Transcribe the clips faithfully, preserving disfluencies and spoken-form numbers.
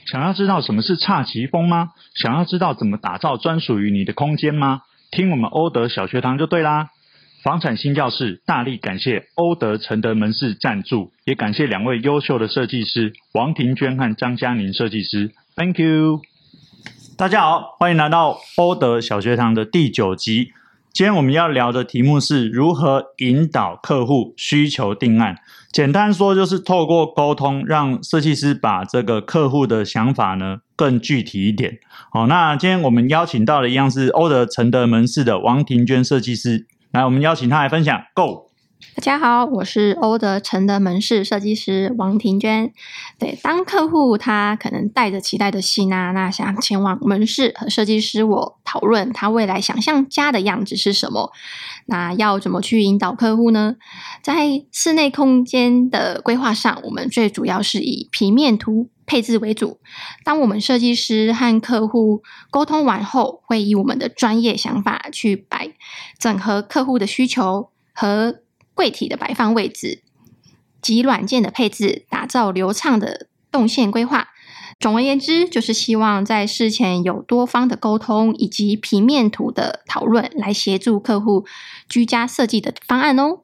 想要知道什么是侘寂风吗？想要知道怎么打造专属于你的空间吗？听我们欧德小学堂就对啦。房产新教室大力感谢欧德承德门市赞助，也感谢两位优秀的设计师王庭娟和张嘉宁设计师 Thank you。 大家好，欢迎来到欧德小学堂的第九集。今天我们要聊的题目是如何引导客户需求定案。简单说就是透过沟通，让设计师把这个客户的想法呢更具体一点。好，那今天我们邀请到的一样是欧德承德门市的王庭娟设计师，来我们邀请他来分享 Go。 大家好，我是欧德承德门市设计师王庭娟。对，当客户他可能带着期待的心啊，那想前往门市和设计师我讨论他未来想象家的样子是什么，那要怎么去引导客户呢？在室内空间的规划上，我们最主要是以平面图配置为主。当我们设计师和客户沟通完后，会以我们的专业想法去摆整合客户的需求和柜体的摆放位置及软件的配置，打造流畅的动线规划。总而言之，就是希望在事前有多方的沟通以及平面图的讨论，来协助客户居家设计的方案哦。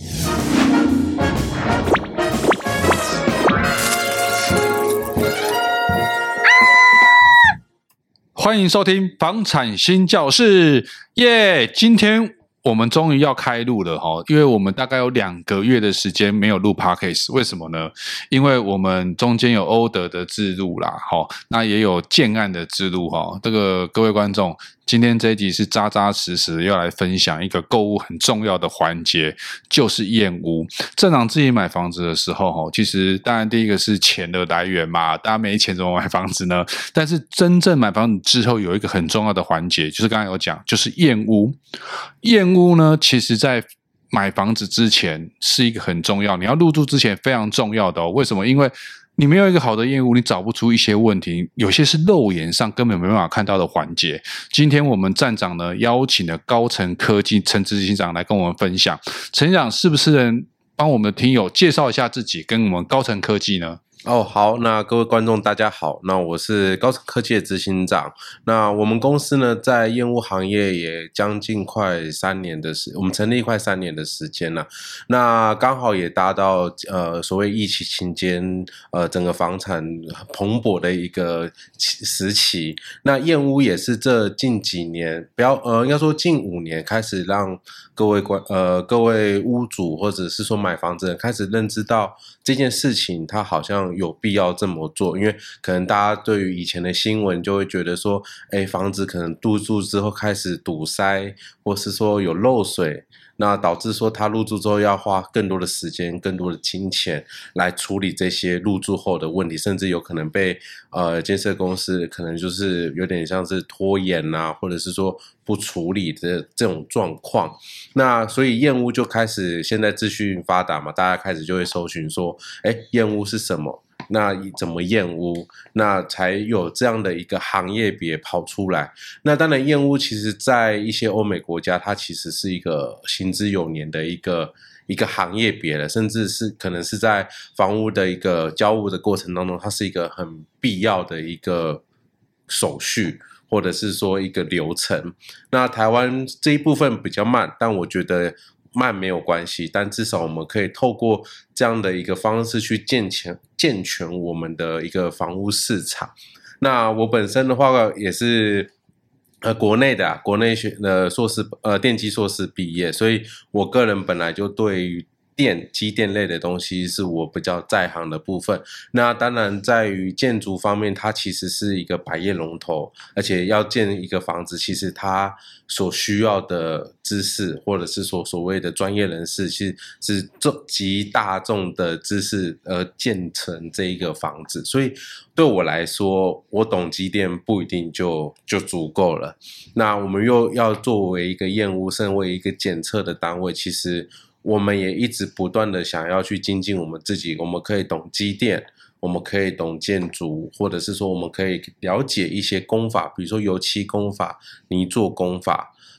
欢迎收听房产新教室，耶、yeah! 今天我们终于要开录了齁，因为我们大概有两个月的时间没有录 Podcast， 为什么呢？因为我们中间有欧德的置入啦，齁，那也有建案的置入齁。这个各位观众，今天这一集是扎扎实实要来分享一个购物很重要的环节，就是验屋。正常自己买房子的时候齁，其实当然第一个是钱的来源嘛，大家没钱怎么买房子呢？但是真正买房子之后有一个很重要的环节，就是刚才有讲，就是验屋。验屋呢，其实在买房子之前是一个很重要，你要入住之前非常重要的哦。为什么？因为你没有一个好的验屋，你找不出一些问题，有些是肉眼上根本没办法看到的环节。今天我们站长呢邀请了高层科技陈执行长来跟我们分享。陈长是不是能帮我们的听友介绍一下自己跟我们高层科技呢？ 哦，好，那各位观众大家好，那我是高层科技的执行长。那我们公司呢，在验屋行业也将近快三年的时，我们成立快三年的时间了。那刚好也达到呃所谓疫情期间呃整个房产蓬勃的一个时期。那验屋也是这近几年，不要呃应该说近五年开始让各位观呃各位屋主或者是说买房子的人开始认知到这件事情，它好像有必要这么做，因为可能大家对于以前的新闻就会觉得说，哎，房子可能入住之后开始堵塞，或是说有漏水，那导致说他入住之后要花更多的时间、更多的金钱来处理这些入住后的问题，甚至有可能被呃建设公司可能就是有点像是拖延啊，或者是说不处理的这种状况。那所以验屋就开始，现在资讯发达嘛，大家开始就会搜寻说，哎，验屋是什么？那怎么验屋？那才有这样的一个行业别跑出来。那当然验屋其实在一些欧美国家，它其实是一个行之有年的一个一个行业别了，甚至是可能是在房屋的一个交屋的过程当中，它是一个很必要的一个手续，或者是说一个流程。那台湾这一部分比较慢，但我觉得慢没有关系，但至少我们可以透过这样的一个方式去健全健全我们的一个房屋市场。那我本身的话也是呃国内的、啊、国内学的硕士呃电机硕士毕业，所以我个人本来就对于电机电类的东西是我比较在行的部分。那当然在于建筑方面，它其实是一个百业龙头，而且要建一个房子，其实它所需要的知识或者是说所谓的专业人士，其实是集大众的知识而建成这一个房子。所以对我来说，我懂机电不一定就就足够了。那我们又要作为一个验屋，身为一个检测的单位，其实我们也一直不断的想要去精进我们自己，我们可以懂机电，我们可以懂建筑，或者是说我们可以了解一些工法，比如说油漆工法、泥作工法，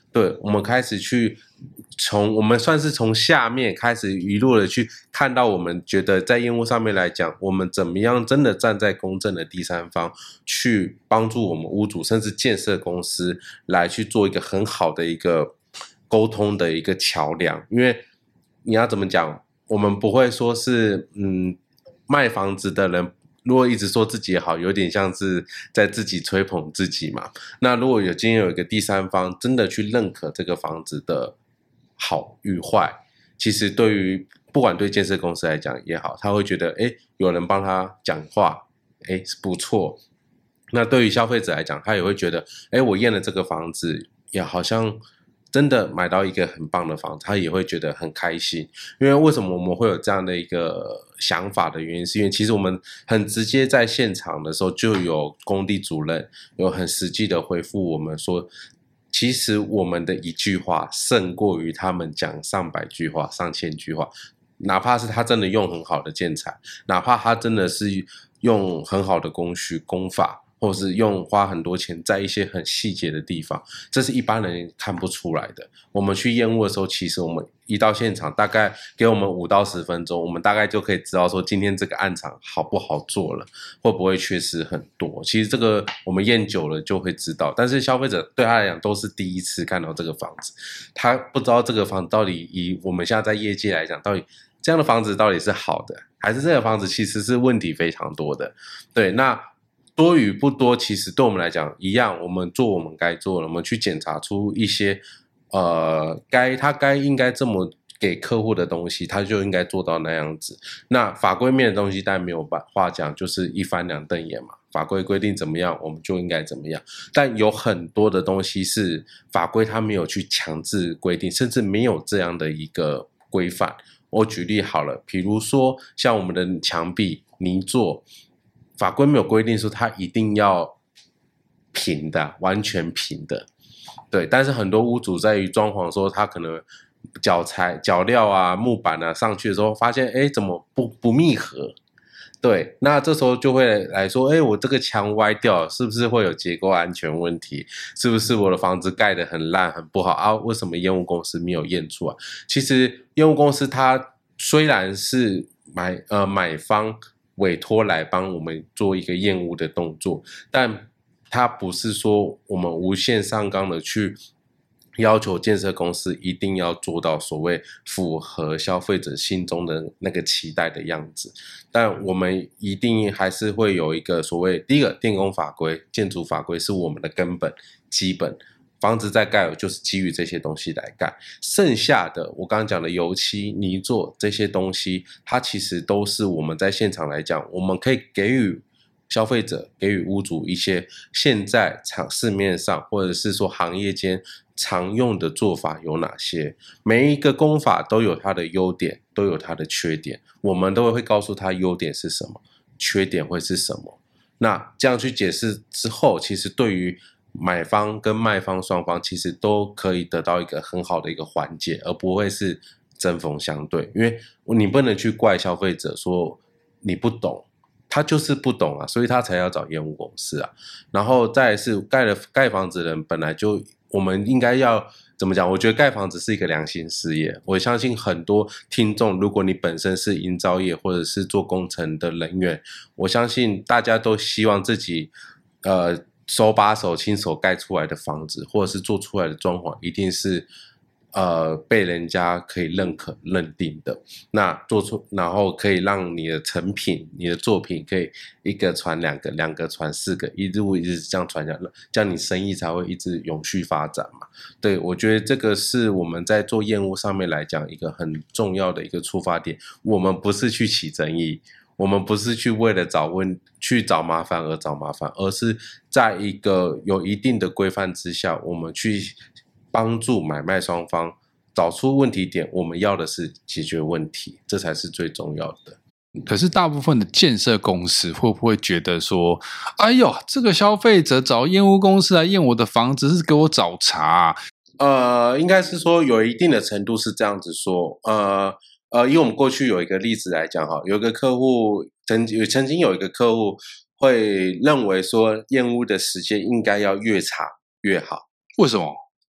对，我们开始去从我们算是从下面开始一路的去看到，我们觉得在业务上面来讲，我们怎么样真的站在公正的第三方去帮助我们屋主甚至建设公司来去做一个很好的一个沟通的一个桥梁。因为你要怎么讲，我们不会说是嗯卖房子的人如果一直说自己好，有点像是在自己吹捧自己嘛。那如果有今天有一个第三方真的去认可这个房子的好与坏，其实对于不管对建设公司来讲也好，他会觉得诶有人帮他讲话，诶不错。那对于消费者来讲，他也会觉得诶我验了这个房子也好像真的买到一个很棒的房子，他也会觉得很开心。因为为什么我们会有这样的一个想法的原因，是因为其实我们很直接在现场的时候就有工地主任有很实际的回复我们说，其实我们的一句话胜过于他们讲上百句话上千句话，哪怕是他真的用很好的建材，哪怕他真的是用很好的工序工法，或是用花很多钱在一些很细节的地方，这是一般人看不出来的。我们去验屋的时候，其实我们一到现场，大概给我们五到十分钟，我们大概就可以知道说今天这个案场好不好做了，会不会缺失很多。其实这个我们验久了就会知道，但是消费者对他来讲都是第一次看到这个房子，他不知道这个房子到底以我们现在在业界来讲，到底这样的房子到底是好的，还是这个房子其实是问题非常多的。对，那多与不多，其实对我们来讲一样，我们做我们该做的，我们去检查出一些呃，该他该应该这么给客户的东西，他就应该做到那样子。那法规面的东西当然没有话讲，就是一翻两瞪眼嘛，法规规定怎么样，我们就应该怎么样。但有很多的东西是法规他没有去强制规定，甚至没有这样的一个规范。我举例好了，比如说像我们的墙壁泥作，法规没有规定说它一定要平的，完全平的。对，但是很多屋主在于装潢说他可能脚材脚料啊木板啊上去的时候发现诶怎么不不密合，对，那这时候就会来说诶我这个墙歪掉是不是会有结构安全问题，是不是我的房子盖得很烂很不好啊？为什么验屋公司没有验出来？其实验屋公司它虽然是买呃买方委托来帮我们做一个验屋的动作，但它不是说我们无限上纲的去要求建设公司一定要做到所谓符合消费者心中的那个期待的样子，但我们一定还是会有一个所谓第一个电工法规、建筑法规是我们的根本基本，房子在盖就是基于这些东西来盖，剩下的我刚刚讲的油漆、泥作这些东西，它其实都是我们在现场来讲，我们可以给予消费者、给予屋主一些现在场市面上或者是说行业间常用的做法有哪些。每一个工法都有它的优点，都有它的缺点，我们都会告诉他优点是什么，缺点会是什么。那这样去解释之后，其实对于买方跟卖方双方其实都可以得到一个很好的一个缓解，而不会是针锋相对。因为你不能去怪消费者说你不懂，他就是不懂啊，所以他才要找验屋公司啊。然后再来是盖了盖房子的人本来就，我们应该要怎么讲？我觉得盖房子是一个良心事业。我相信很多听众，如果你本身是营造业或者是做工程的人员，我相信大家都希望自己呃手把手亲手盖出来的房子，或者是做出来的装潢，一定是呃被人家可以认可认定的。那做出然后可以让你的成品、你的作品可以一个传两个，两个传四个，一路一直这样传下来，这样你生意才会一直永续发展嘛。对，我觉得这个是我们在做验屋上面来讲一个很重要的一个出发点。我们不是去起争议，我们不是去为了找问去找麻烦而找麻烦，而是在一个有一定的规范之下，我们去帮助买卖双方找出问题点，我们要的是解决问题，这才是最重要的。 可是大部分的建设公司会不会觉得说，哎呦，这个消费者找验屋公司来验我的房子是给我找茬啊？ 呃，应该是说有一定的程度是这样子说，呃呃，以我们过去有一个例子来讲哈，有一个客户曾曾经有一个客户会认为说验屋的时间应该要越长越好。 为什么？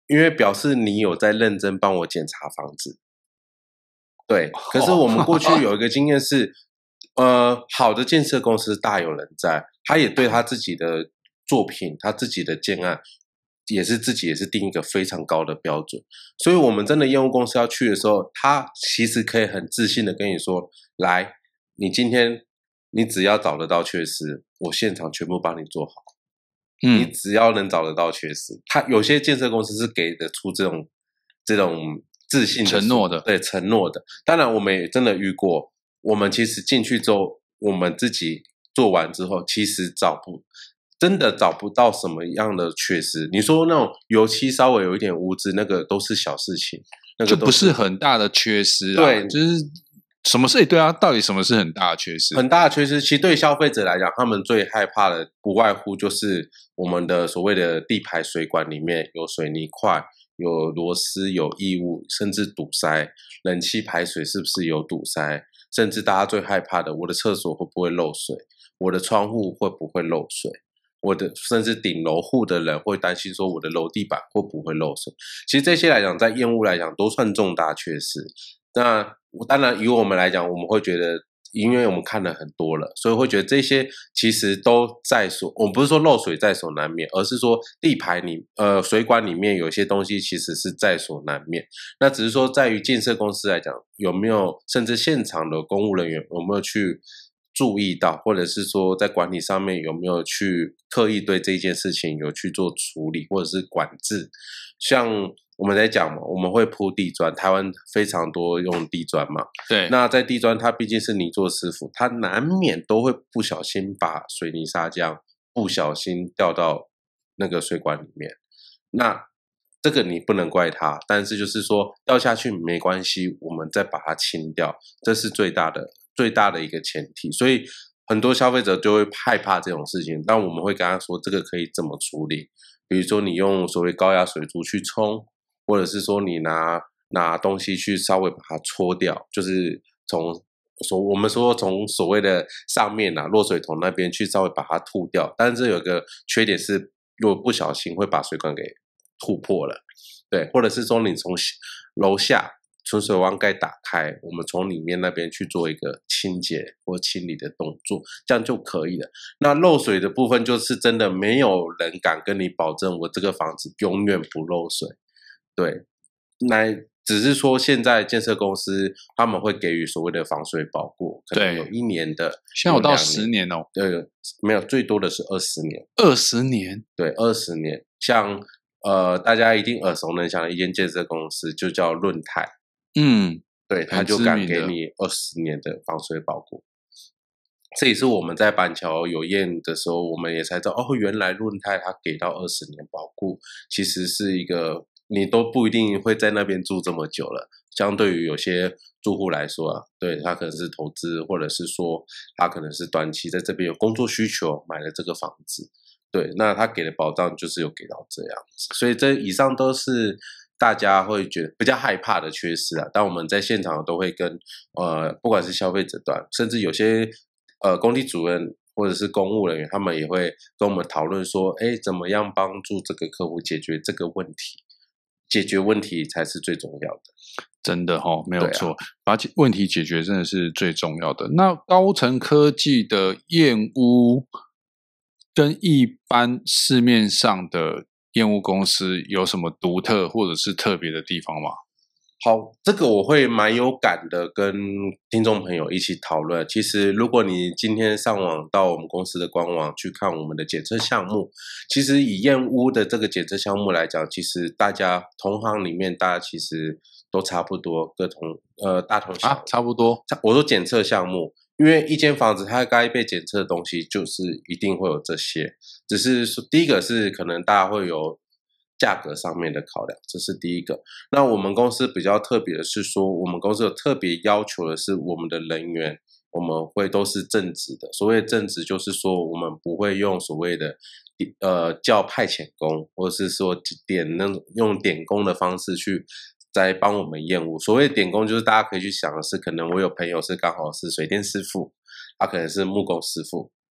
因为表示你有在认真帮我检查房子。对，可是我们过去有一个经验是，呃，好的建设公司大有人在，他也对他自己的作品，他自己的建案，也是自己也是定一个非常高的标准。所以我们真的业务公司要去的时候，他其实可以很自信的跟你说，来，你今天你只要找得到缺失，我现场全部帮你做好。 嗯， 你只要能找得到缺失，他有些建设公司是给得出这种这种自信的承诺的， 对承诺的。当然，我们也真的遇过，我们其实进去之后，我们自己做完之后，其实找不真的找不到什么样的缺失。你说那种油漆稍微有一点污渍，那个都是小事情，那个就不是很大的缺失啊。 对， 就是什么是对啊？到底什么是很大的缺失？ 很大的缺失，其实对消费者来讲，他们最害怕的不外乎就是我们的所谓的地排水管里面有水泥块、有螺丝、有异物，甚至堵塞。冷气排水是不是有堵塞？甚至大家最害怕的，我的厕所会不会漏水？我的窗户会不会漏水？我的甚至顶楼户的人会担心说我的楼地板会不会漏水？其实这些来讲，在验屋来讲都算重大缺失。那当然，以我们来讲，我们会觉得，因为我们看了很多了，所以会觉得这些其实都在所，我们不是说漏水在所难免，而是说地排里呃水管里面有些东西其实是在所难免。那只是说在于建设公司来讲，有没有甚至现场的公务人员有没有去注意到，或者是说在管理上面有没有去刻意对这件事情有去做处理或者是管制，像。我们在讲嘛，我们会铺地砖，台湾非常多用地砖嘛。 对， 那在地砖，它毕竟是泥作师傅，他难免都会不小心把水泥砂浆不小心掉到那个水管里面。那这个你不能怪他，但是就是说掉下去没关系，我们再把它清掉，这是最大的最大的一个前提。所以很多消费者就会害怕这种事情，但我们会跟他说这个可以怎么处理，比如说你用所谓高压水柱去冲。或者是说你拿拿东西去稍微把它搓掉，就是从所我们说从所谓的上面啊落水桶那边去稍微把它吐掉，但是这有个缺点是，如果不小心会把水管给吐破了，对，或者是说你从楼下存水弯盖打开，我们从里面那边去做一个清洁或清理的动作，这样就可以了。那漏水的部分就是真的没有人敢跟你保证我这个房子永远不漏水。对，那只是说现在建设公司他们会给予所谓的防水保固，可能有一年的， 现在有到十年哦。 对，没有，最多的是二十年。 二十年？ 对，二十年。像呃，大家一定耳熟能详的一间建设公司，就叫润泰。 嗯， 对，他就敢给你二十年的防水保固。这也是我们在板桥有验的时候，我们也才知道，哦，原来润泰他给到二十年保固，其实是一个。你都不一定会在那边住这么久了，相对于有些住户来说啊，对，他可能是投资，或者是说他可能是短期在这边有工作需求买了这个房子，对，那他给的保障就是有给到这样子，所以这以上都是大家会觉得比较害怕的缺失啊。但我们在现场都会跟呃，不管是消费者端，甚至有些呃工地主任或者是公务人员，他们也会跟我们讨论说，哎，怎么样帮助这个客户解决这个问题。解决问题才是最重要的， 真的哈、哦，没有错， 啊、 把问题解决真的是最重要的。那高层科技的验屋跟一般市面上的验屋公司有什么独特或者是特别的地方吗？ 好，这个我会蛮有感的，跟听众朋友一起讨论。其实，如果你今天上网到我们公司的官网去看我们的检测项目，其实以验屋的这个检测项目来讲，其实大家同行里面大家其实都差不多，各同呃大同小异、 啊，差不多。 我说检测项目，因为一间房子它该被检测的东西就是一定会有这些，只是说第一个是可能大家会有。价格上面的考量，这是第一个。那我们公司比较特别的是说，我们公司有特别要求的是，我们的人员我们会都是正职的。所谓正职，就是说我们不会用所谓的呃叫派遣工，或者是说点那种用点工的方式去在帮我们验屋。所谓点工，就是大家可以去想的是，可能我有朋友是刚好是水电师傅，他可能是木工师傅。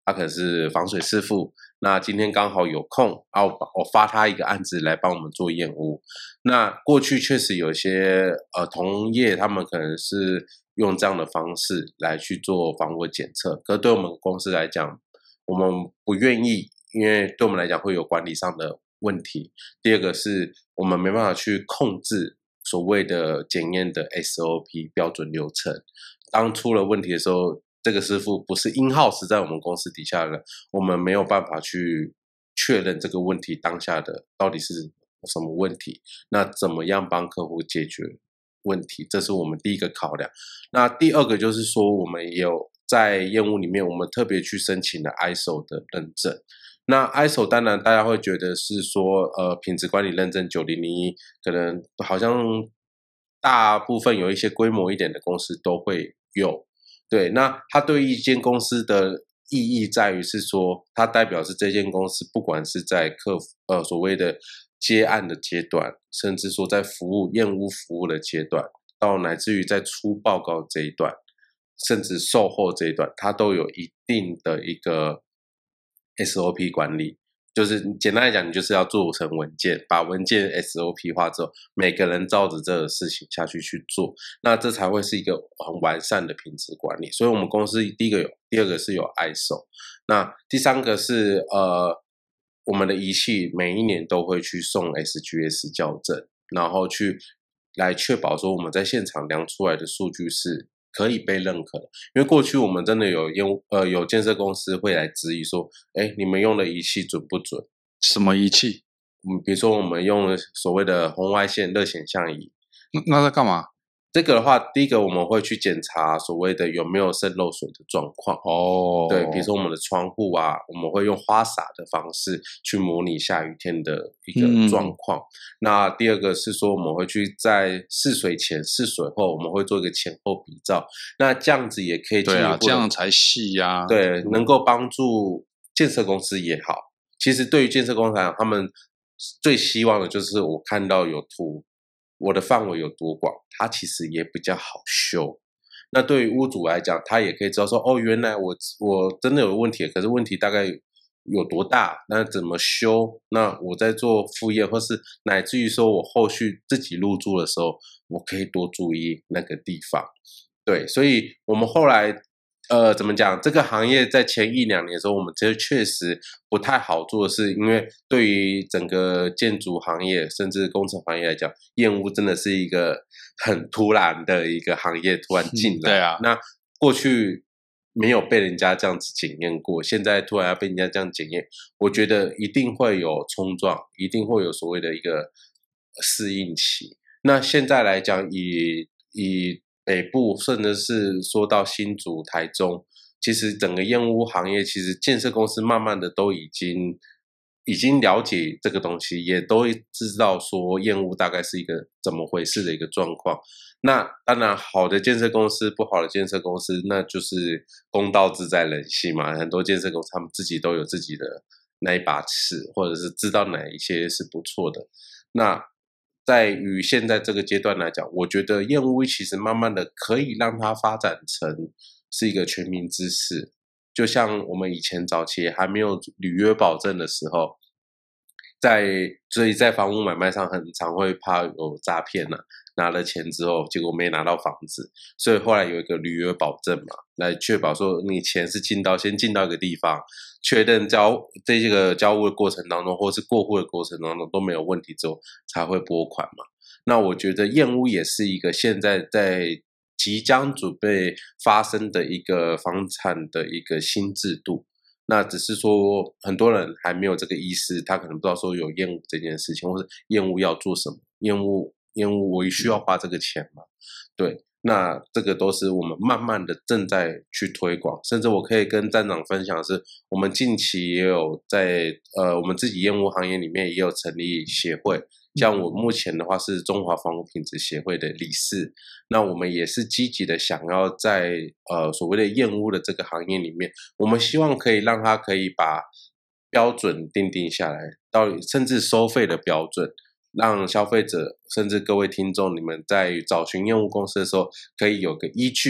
他可能是防水师傅，那今天刚好有空，啊，我我发他一个案子来帮我们做验屋。那过去确实有些呃同业他们可能是用这样的方式来去做房屋检测，可是对我们公司来讲，我们不愿意，因为对我们来讲会有管理上的问题。第二个是我们没办法去控制所谓的检验的 S O P 标准流程，当出了问题的时候，这个师傅不是 in-house 在我们公司底下的，我们没有办法去确认这个问题当下的到底是什么问题，那怎么样帮客户解决问题，这是我们第一个考量。那第二个就是说，我们也有在验屋里面，我们特别去申请了 I S O 的认证。那 I S O 当然大家会觉得是说，呃，品质管理认证九零零一，可能好像大部分有一些规模一点的公司都会有。对，那它对于一间公司的意义在于是说，它代表是这间公司不管是在客呃所谓的接案的阶段，甚至说在服务验屋服务的阶段，到乃至于在出报告这一段，甚至售后这一段，它都有一定的一个 S O P 管理。就是简单来讲，你就是要做成文件，把文件 S O P 化之后，每个人照着这个事情下去去做，那这才会是一个很完善的品质管理。所以我们公司第一个有，第二个是有 I S O， 那第三个是呃，我们的仪器每一年都会去送 S G S 校正，然后去来确保说我们在现场量出来的数据是可以被认可的。因为过去我们真的有用呃有建设公司会来质疑说，哎，你们用的仪器准不准？ 什么仪器？ 嗯，比如说我们用所谓的红外线热显像仪， 那在干嘛？ 这个的话，第一个我们会去检查所谓的有没有渗漏水的状况。 哦， 对，比如说我们的窗户啊，我们会用花洒的方式去模拟下雨天的一个状况。嗯、那第二个是说，我们会去在试水前、试水后，我们会做一个前后比照。那这样子也可以进一步的， 对啊，这样才细呀、啊。 对，能够帮助建设公司也好。其实对于建设公司来讲，他们最希望的就是我看到有图。我的范围有多广，它其实也比较好修。那对于屋主来讲，他也可以知道说，哦，原来我我真的有问题，可是问题大概有多大？那怎么修？那我在做副业，或是乃至于说我后续自己入住的时候，我可以多注意那个地方。对，所以我们后来。呃，怎么讲？这个行业在前一两年的时候，我们这确实不太好做的是，因为对于整个建筑行业甚至工程行业来讲，验屋真的是一个很突然的一个行业，突然进来。 对啊， 那过去没有被人家这样子检验过，现在突然要被人家这样检验，我觉得一定会有冲撞，一定会有所谓的一个适应期。那现在来讲，以以北部甚至是说到新竹、台中，其实整个验屋行业，其实建设公司慢慢的都已经已经了解这个东西，也都知道说验屋大概是一个怎么回事的一个状况。那当然，好的建设公司、不好的建设公司，那就是公道自在人心嘛。很多建设公司他们自己都有自己的那一把尺，或者是知道哪一些是不错的。那在于现在这个阶段来讲，我觉得验屋其实慢慢的可以让它发展成是一个全民知识，就像我们以前早期还没有履约保证的时候，在所以在房屋买卖上很常会怕有诈骗啊，拿了钱之后结果没拿到房子，所以后来有一个履约保证嘛，来确保说你钱是进到先进到一个地方，确认交这个交屋的过程当中，或是过户的过程当中都没有问题之后才会拨款嘛。那我觉得验屋也是一个现在在即将准备发生的一个房产的一个新制度。那只是说很多人还没有这个意识，他可能不知道说有验屋这件事情，或是验屋要做什么，验屋验屋我需要花这个钱吗？对，那这个都是我们慢慢的正在去推广，甚至我可以跟站长分享的是，我们近期也有在呃我们自己验屋行业里面也有成立协会，像我目前的话是中华房屋品质协会的理事，那我们也是积极的想要在呃所谓的验屋的这个行业里面，我们希望可以让它可以把标准定定下来，到甚至收费的标准，让消费者甚至各位听众，你们在找寻验屋公司的时候可以有个依据，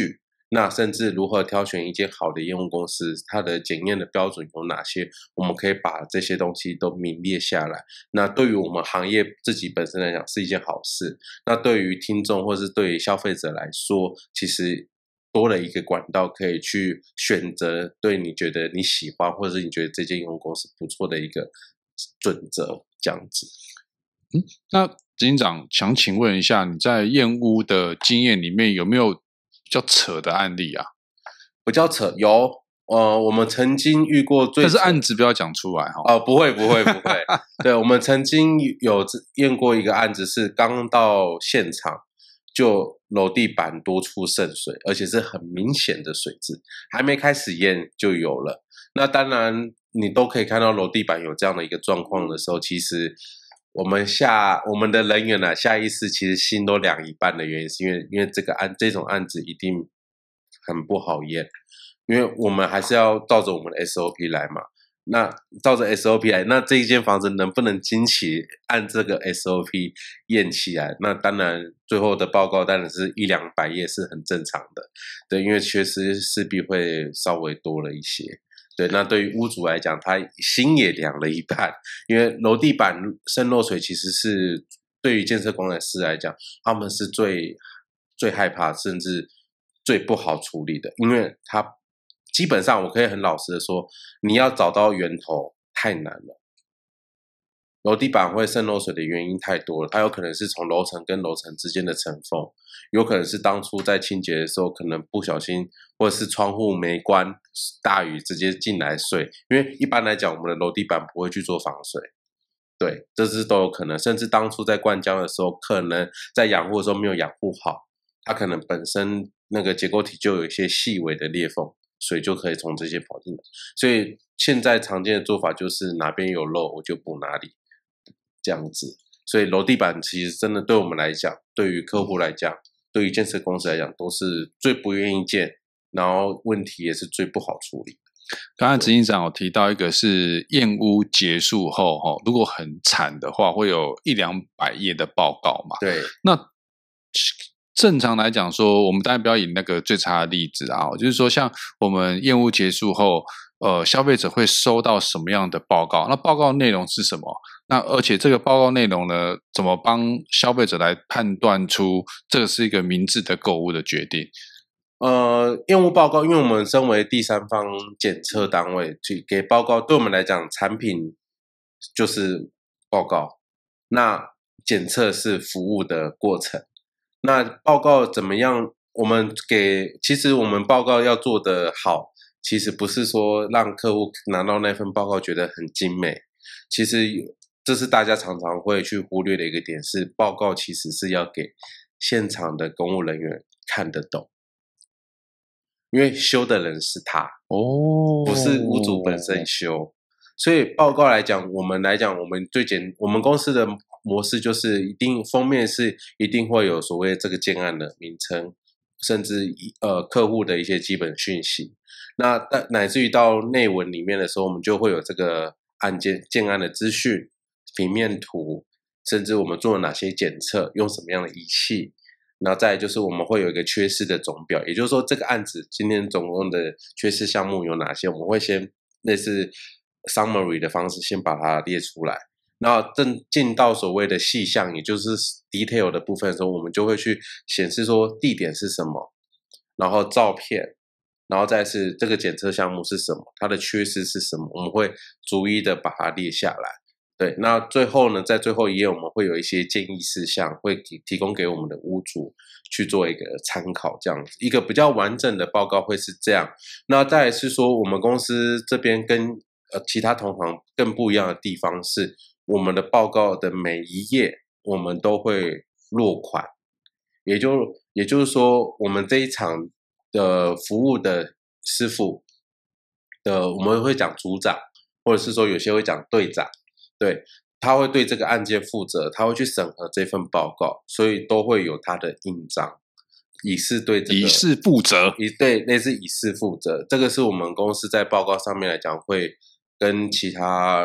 那甚至如何挑选一间好的验屋公司，它的检验的标准有哪些，我们可以把这些东西都名列下来。那对于我们行业自己本身来讲是一件好事，那对于听众或是对于消费者来说，其实多了一个管道可以去选择对你觉得你喜欢或者是你觉得这间验屋公司不错的一个准则，这样子。 嗯，那执行长想请问一下，你在验屋的经验里面有没有比较扯的案例啊？ 比较扯有，呃，我们曾经遇过最， 但是案子不要讲出来哈。 哦，不会不会不会，对，我们曾经有验过一个案子，是刚到现场就楼地板多处渗水，而且是很明显的水渍，还没开始验就有了。那当然，你都可以看到楼地板有这样的一个状况的时候，其实我们下我们的人员呢、啊，下意识其实心都凉一半的原因，是因为因为这个案这种案子一定很不好验，因为我们还是要照着我们的 S O P 来嘛。那照着 S O P 来，那这一间房子能不能经起按这个 S O P 验起来？那当然，最后的报告当然是一两百页是很正常的，对，因为缺失势必会稍微多了一些。对，那对于屋主来讲，他心也凉了一半，因为楼地板渗漏水其实是对于建设工程师来讲，他们是最最害怕，甚至最不好处理的，因为他基本上我可以很老实的说，你要找到源头太难了。楼地板会渗漏水的原因太多了，它有可能是从楼层跟楼层之间的层缝，有可能是当初在清洁的时候可能不小心，或者是窗户没关，大雨直接进来水。因为一般来讲，我们的楼地板不会去做防水，对，这是都有可能。甚至当初在灌浆的时候，可能在养护的时候没有养护好，它可能本身那个结构体就有一些细微的裂缝，水就可以从这些跑进来。所以现在常见的做法就是哪边有漏我就补哪里。这样子，所以楼地板其实真的对我们来讲，对于客户来讲，对于建设公司来讲，都是最不愿意见，然后问题也是最不好处理。 刚才执行长有提到一个是验屋结束后，如果很惨的话，会有一两百页的报告嘛？ 对， 那正常来讲说，我们当然不要以那个最差的例子啊，就是说像我们验屋结束后，呃，消费者会收到什么样的报告？那报告内容是什么？那而且这个报告内容呢，怎么帮消费者来判断出这个是一个明智的购物的决定？ 呃，验屋报告，因为我们身为第三方检测单位，去给报告，对我们来讲，产品就是报告，那检测是服务的过程。那报告怎么样？我们给，其实我们报告要做得好，其实不是说让客户拿到那份报告觉得很精美，其实这是大家常常会去忽略的一个点，是报告其实是要给现场的公务人员看得懂，因为修的人是他哦，不是屋主本身修，所以报告来讲，我们来讲，我们最简，我们公司的模式就是一定封面是一定会有所谓这个建案的名称，甚至呃客户的一些基本讯息，那乃至于到内文里面的时候，我们就会有这个案件建案的资讯。平面图，甚至我们做了哪些检测，用什么样的仪器，然后再来就是我们会有一个缺失的总表，也就是说这个案子今天总共的缺失项目有哪些，我们会先类似 summary 的方式先把它列出来，然后正进到所谓的细项，也就是 detail 的部分的时候，我们就会去显示说地点是什么，然后照片，然后再是这个检测项目是什么，它的缺失是什么，我们会逐一的把它列下来。对，那最后呢，在最后一页我们会有一些建议事项，会提提供给我们的屋主去做一个参考，这样子一个比较完整的报告会是这样。那再来是说，我们公司这边跟呃其他同行更不一样的地方是，我们的报告的每一页我们都会落款，也就也就是说，我们这一场的服务的师傅的，我们会讲组长，或者是说有些会讲队长。对，他会对这个案件负责，他会去审核这份报告，所以都会有他的印章，以示对这个以示负责， 以对类似以示负责，这个是我们公司在报告上面来讲会跟其他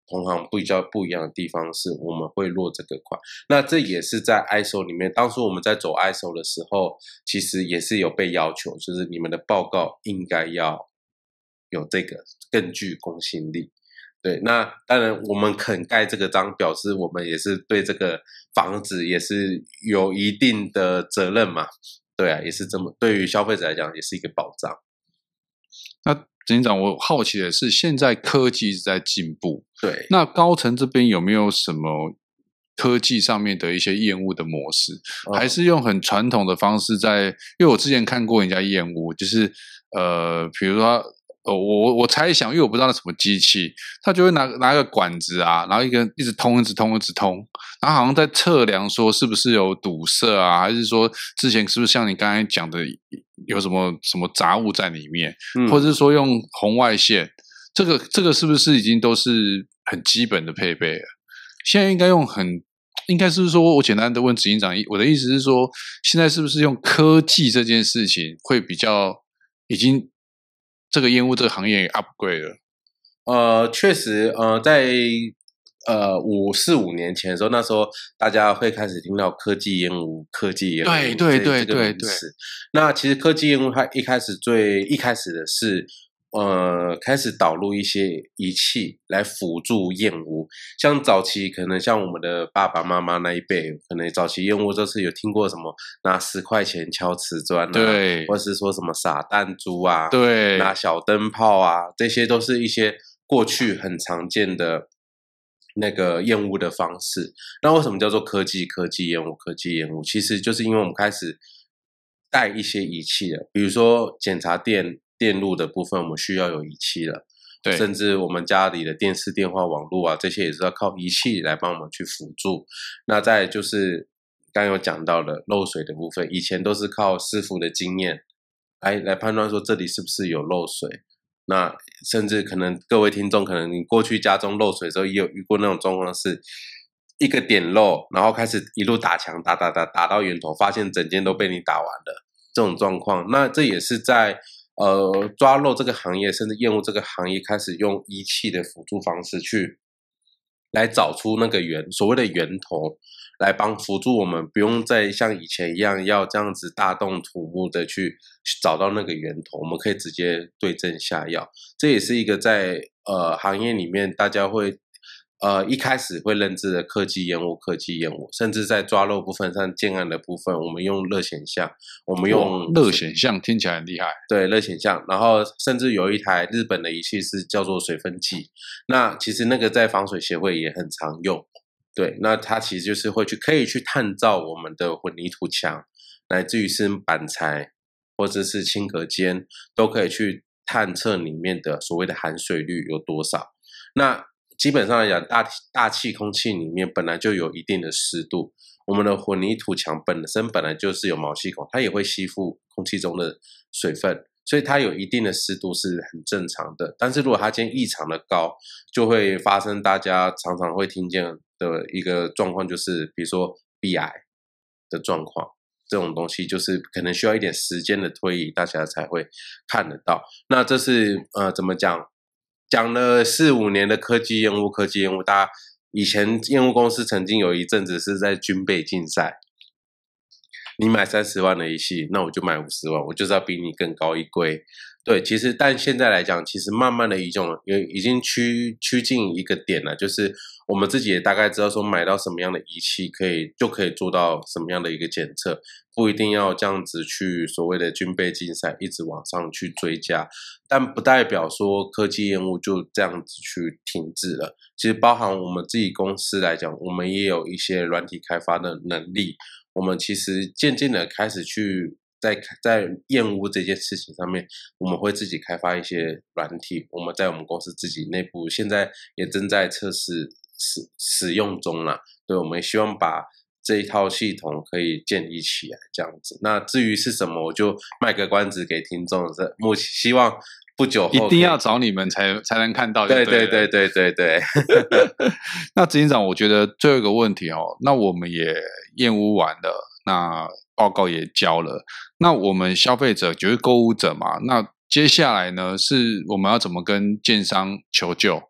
同行比较不一样的地方是，我们会落这个款。那这也是在 I S O 里面，当初我们在走 I S O 的时候，其实也是有被要求，就是你们的报告应该要有这个更具公信力。对，那当然我们肯盖这个章，表示我们也是对这个房子也是有一定的责任嘛。对啊，也是这么，对于消费者来讲也是一个保障。 那执行长，我好奇的是，现在科技一直在进步， 对， 那高层这边有没有什么科技上面的一些验屋的模式， 哦、 还是用很传统的方式在？因为我之前看过人家验屋，就是呃，比如说。呃，我我猜想，因为我不知道那什么机器，他就会拿拿个管子啊，然后一个一直通，一直通，一直通，然后好像在测量说是不是有堵塞啊，还是说之前是不是像你刚才讲的有什么什么杂物在里面，嗯、或者是说用红外线，这个这个是不是已经都是很基本的配备了？现在应该用很，应该是不是说我简单的问执行长，我的意思是说，现在是不是用科技这件事情会比较已经。这个验屋这个行业也 upgrade 了， 呃，确实，呃，在呃五四五年前的时候，那时候大家会开始听到科技验屋，科技验屋， 对对对对对。 那其实科技验屋它一开始最一开始的是，呃，开始导入一些仪器来辅助验屋，像早期可能像我们的爸爸妈妈那一辈，可能早期验屋就是有听过什么拿十块钱敲瓷砖啊， 对， 或是说什么撒弹珠啊， 对， 拿小灯泡啊，这些都是一些过去很常见的那个验屋的方式。那为什么叫做科技科技验屋科技验屋？其实就是因为我们开始带一些仪器了，比如说检查电电路的部分，我们需要有仪器了。 对， 甚至我们家里的电视、电话、网络啊，这些也是要靠仪器来帮我们去辅助。那再来就是刚刚有讲到的漏水的部分，以前都是靠师傅的经验来来判断说这里是不是有漏水。那甚至可能各位听众，可能你过去家中漏水的时候，也有遇过那种状况，是一个点漏，然后开始一路打墙，打打打打到源头，发现整间都被你打完了这种状况。那这也是在呃，抓漏这个行业，甚至验屋这个行业，开始用仪器的辅助方式去来找出那个源，所谓的源头，来帮辅助我们，不用再像以前一样要这样子大动土木的去找到那个源头，我们可以直接对症下药。这也是一个在呃行业里面大家会呃一开始会认知的科技验屋，科技验屋，甚至在抓漏部分上建案的部分，我们用热显像，我们用热显像听起来很厉害， 对，热显像，然后甚至有一台日本的仪器是叫做水分计，那其实那个在防水协会也很常用。对，那它其实就是会去可以去探照我们的混凝土墙，乃至于是板材或者是轻隔间，都可以去探测里面的所谓的含水率有多少。那基本上来讲，大大气空气里面本来就有一定的湿度，我们的混凝土墙本身本来就是有毛细孔，它也会吸附空气中的水分，所以它有一定的湿度是很正常的。但是如果它今天异常的高，就会发生大家常常会听见的一个状况，就是比如说壁癌的状况，这种东西就是可能需要一点时间的推移，大家才会看得到。那这是呃怎么讲？讲了四五年的科技验屋，科技验屋，大家以前验屋公司曾经有一阵子是在军备竞赛，你买三十万的仪器，那我就买五十万，我就是要比你更高一规。对，其实但现在来讲，其实慢慢的一种已经趋趋近一个点了，就是我们自己也大概知道说买到什么样的仪器可以就可以做到什么样的一个检测，不一定要这样子去所谓的军备竞赛一直往上去追加，但不代表说科技验屋就这样子去停滞了。其实包含我们自己公司来讲，我们也有一些软体开发的能力，我们其实渐渐的开始去在在验屋这件事情上面，我们会自己开发一些软体，我们在我们公司自己内部现在也正在测试使使用中啦。对，我们希望把这一套系统可以建立起来，这样子。那至于是什么，我就卖个关子给听众。目前希望不久后一定要找你们才才能看到。 对对对对对对。 那执行长，我觉得最后一个问题哦，那我们也验屋完了，那报告也交了，那我们消费者就是购物者嘛，那接下来呢，是我们要怎么跟建商求救？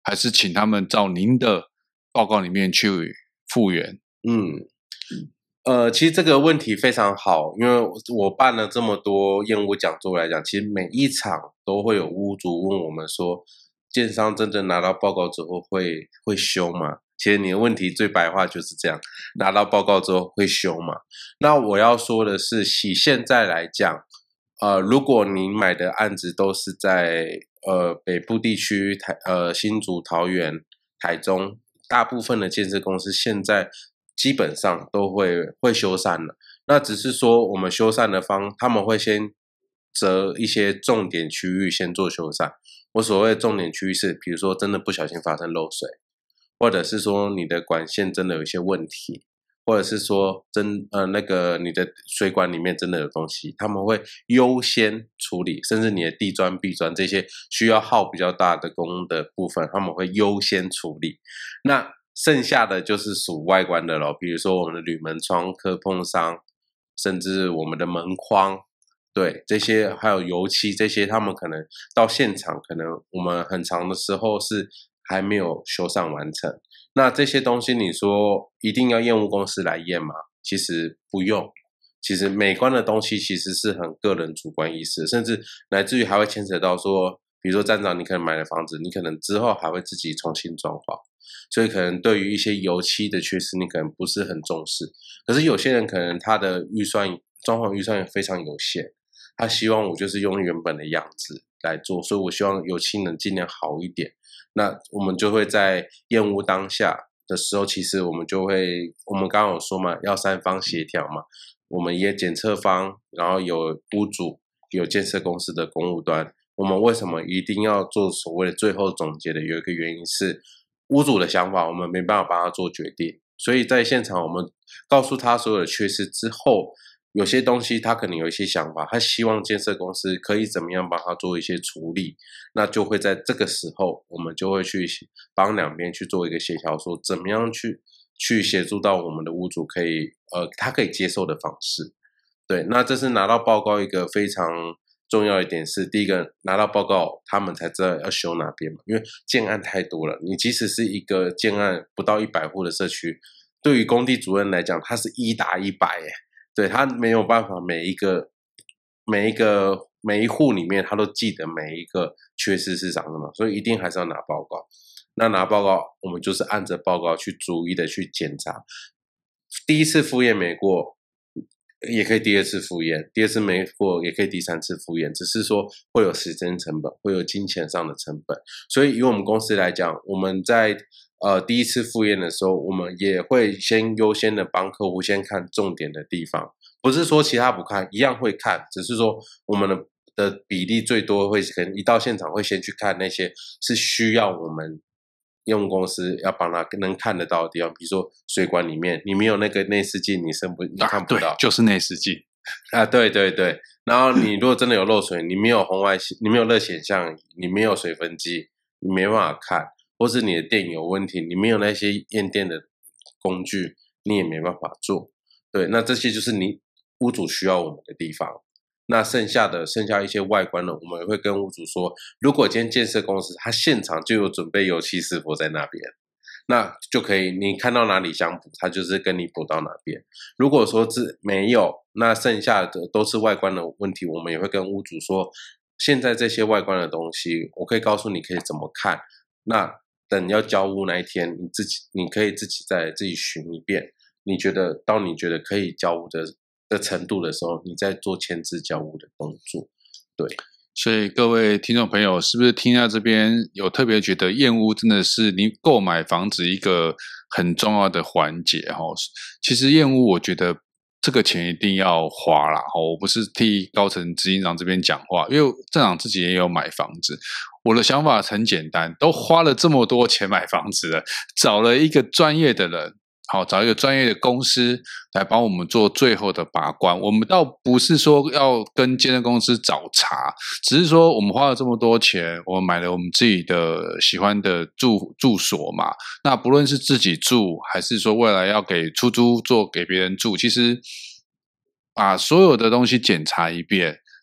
还是请他们照您的报告里面去复原？ 嗯，呃，其实这个问题非常好，因为我办了这么多验屋讲座来讲，其实每一场都会有屋主问我们说，建商真正拿到报告之后会会修吗？其实你的问题最白话就是这样，拿到报告之后会修吗？那我要说的是，以现在来讲，呃，如果你买的案子都是在呃北部地区，台呃新竹、桃园、台中，大部分的建设公司现在基本上都会会修繕了。那只是说我们修繕的方，他们会先择一些重点区域先做修繕。我所谓的重点区域是，比如说真的不小心发生漏水，或者是说你的管线真的有一些问题，或者是说真呃那个你的水管里面真的有东西，他们会优先处理，甚至你的地砖、壁砖这些需要耗比较大的工的部分，他们会优先处理。那剩下的就是属外观的咯，比如说我们的铝门窗、磕碰伤，甚至我们的门框，对这些还有油漆这些，他们可能到现场，可能我们很长的时候是还没有修缮完成。那这些东西你说一定要验屋公司来验吗？其实不用。其实美观的东西其实是很个人主观意识，甚至乃至于还会牵扯到说，比如说站长你可能买了房子，你可能之后还会自己重新装潢，所以可能对于一些油漆的缺失你可能不是很重视。可是有些人可能他的预算装潢预算也非常有限，他希望我就是用原本的样子来做，所以我希望油漆能尽量好一点。那我们就会在验屋当下的时候，其实我们就会，我们刚刚有说嘛，要三方协调嘛，我们也检测方，然后有屋主，有建设公司的公务端。我们为什么一定要做所谓的最后总结的？有一个原因是屋主的想法，我们没办法帮他做决定，所以在现场我们告诉他所有的缺失之后，有些东西他可能有一些想法，他希望建设公司可以怎么样帮他做一些处理，那就会在这个时候我们就会去帮两边去做一个协调，说怎么样去去协助到我们的屋主可以呃他可以接受的方式。对，那这是拿到报告一个非常重要一点是，第一个拿到报告他们才知道要修哪边嘛，因为建案太多了，你即使是一个建案不到一百户的社区，对于工地主任来讲他是一打一百耶，对，他没有办法每一个每一个每一户里面他都记得每一个缺失是长什么，所以一定还是要拿报告。那拿报告我们就是按着报告去逐一的去检查，第一次复验没过也可以第二次复验，第二次没过也可以第三次复验，只是说会有时间成本，会有金钱上的成本。所以以我们公司来讲，我们在呃第一次复验的时候，我们也会先优先的帮客户先看重点的地方，不是说其他不看，一样会看，只是说我们的的比例最多会可能一到现场会先去看那些是需要我们用公司要帮他能看得到的地方，比如说水管里面你没有那个内视镜，你生不你看不到， 啊、对，就是内视镜啊，对对对。然后你如果真的有漏水，你没有红外线，你没有热显像，你没有水分机，你没办法看，或是你的电有问题，你没有那些验电的工具，你也没办法做。对，那这些就是你屋主需要我们的地方。那剩下的剩下一些外观呢，我们也会跟屋主说，如果今天建设公司他现场就有准备油漆师傅在那边，那就可以你看到哪里想补，他就是跟你补到哪边。如果说是没有，那剩下的都是外观的问题，我们也会跟屋主说，现在这些外观的东西我可以告诉你可以怎么看，那等要交屋那一天，你自己你可以自己再自己寻一遍，你觉得到你觉得可以交屋的的程度的时候，你再做签字交屋的动作。对， 所以各位听众朋友，是不是听到这边有特别觉得验屋真的是你购买房子一个很重要的环节齁？其实验屋我觉得这个钱一定要花啦齁，我不是替高层执行长这边讲话，因为站长自己也有买房子。我的想法很简单，都花了这么多钱买房子了，找了一个专业的人，好，找一个专业的公司来帮我们做最后的把关。我们倒不是说要跟建设公司找茬，只是说我们花了这么多钱，我们买了我们自己的喜欢的住住所嘛。那不论是自己住，还是说未来要给出租做给别人住，其实把所有的东西检查一遍，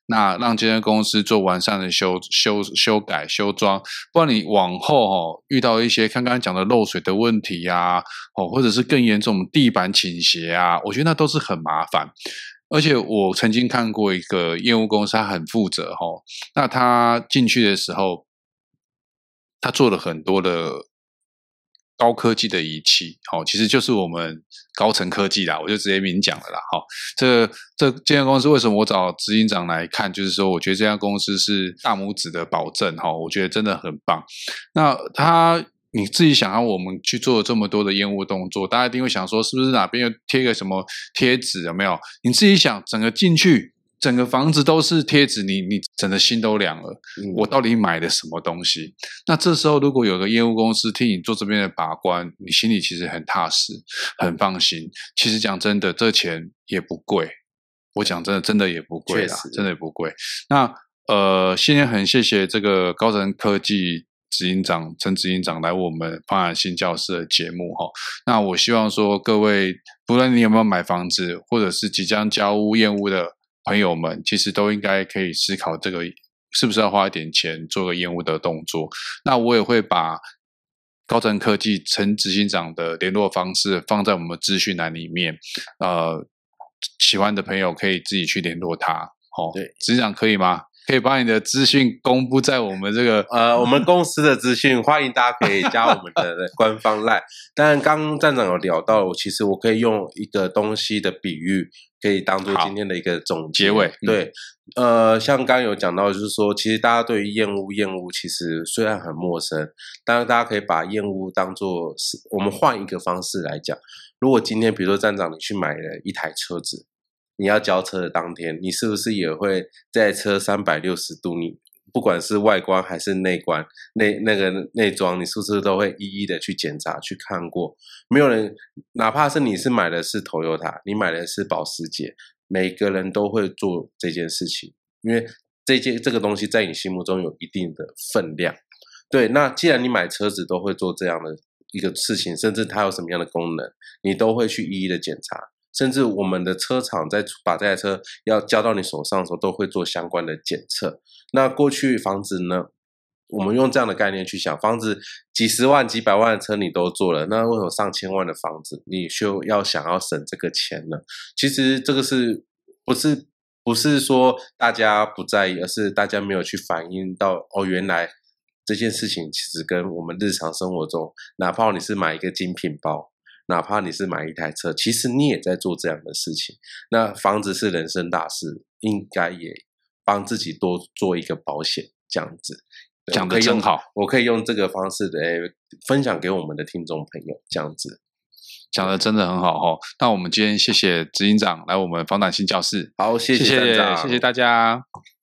那让这间公司做完善的修修修改修装，不然你往后哦遇到一些刚刚讲的漏水的问题啊，哦或者是更严重地板倾斜啊，我觉得那都是很麻烦。而且我曾经看过一个业务公司，他很负责哦，那他进去的时候，他做了很多的高科技的仪器，好、哦，其实就是我们高层科技啦，我就直接明讲了啦。好、哦，这这这家公司为什么我找执行长来看，就是说我觉得这家公司是大拇指的保证，哈、哦，我觉得真的很棒。那他你自己想要我们去做这么多的验屋动作，大家一定会想说，是不是哪边又贴个什么贴纸？有没有？你自己想，整个进去。整个房子都是贴纸，你你整个心都凉了。嗯、我到底买了什么东西？那这时候如果有个业务公司替你做这边的把关，你心里其实很踏实，很放心。其实讲真的，这钱也不贵。我讲真的，真的也不贵啦，真的也不贵。那呃，今天很谢谢这个高层科技执行长陈执行长来我们房产新教室的节目哈。那我希望说各位，不论你有没有买房子，或者是即将交屋验屋的朋友们，其实都应该可以思考这个是不是要花一点钱做个验屋的动作。那我也会把高层科技陈执行长的联络方式放在我们资讯栏里面，呃，喜欢的朋友可以自己去联络他。哦，对，执行长可以吗？可以把你的资讯公布在我们这个呃我们公司的资讯，欢迎大家可以加我们的官方 LINE。但刚刚站长有聊到，我其实我可以用一个东西的比喻，可以当做今天的一个总结结尾。 对，嗯、呃，像刚刚有讲到，就是说，其实大家对于验屋验屋其实虽然很陌生，但是大家可以把验屋当做是，我们换一个方式来讲。如果今天比如说站长你去买了一台车子。你要交车的当天，你是不是也会在车三百六十度，你不管是外观还是内观内那个内装，你是不是都会一一的去检查去看过？没有人，哪怕是你是买的是 Toyota， 你买的是保时捷，每个人都会做这件事情，因为这件这个东西在你心目中有一定的分量。对，那既然你买车子都会做这样的一个事情，甚至它有什么样的功能，你都会去一一的检查。甚至我们的车厂在把这台车要交到你手上的时候，都会做相关的检测。那过去房子呢，我们用这样的概念去想，房子几十万、几百万的车你都做了，那为什么上千万的房子你就要想要省这个钱呢？其实这个是不是不是说大家不在意，而是大家没有去反映到哦，原来这件事情其实跟我们日常生活中，哪怕你是买一个精品包。哪怕你是买一台车，其实你也在做这样的事情。那房子是人生大事，应该也帮自己多做一个保险，这样子。 讲得真好， 我可以用这个方式来分享给我们的听众朋友，这样子。 讲得真的很好哦。那我们今天谢谢执行长来我们房产新教室， 好，谢谢谢谢站长， 谢谢大家。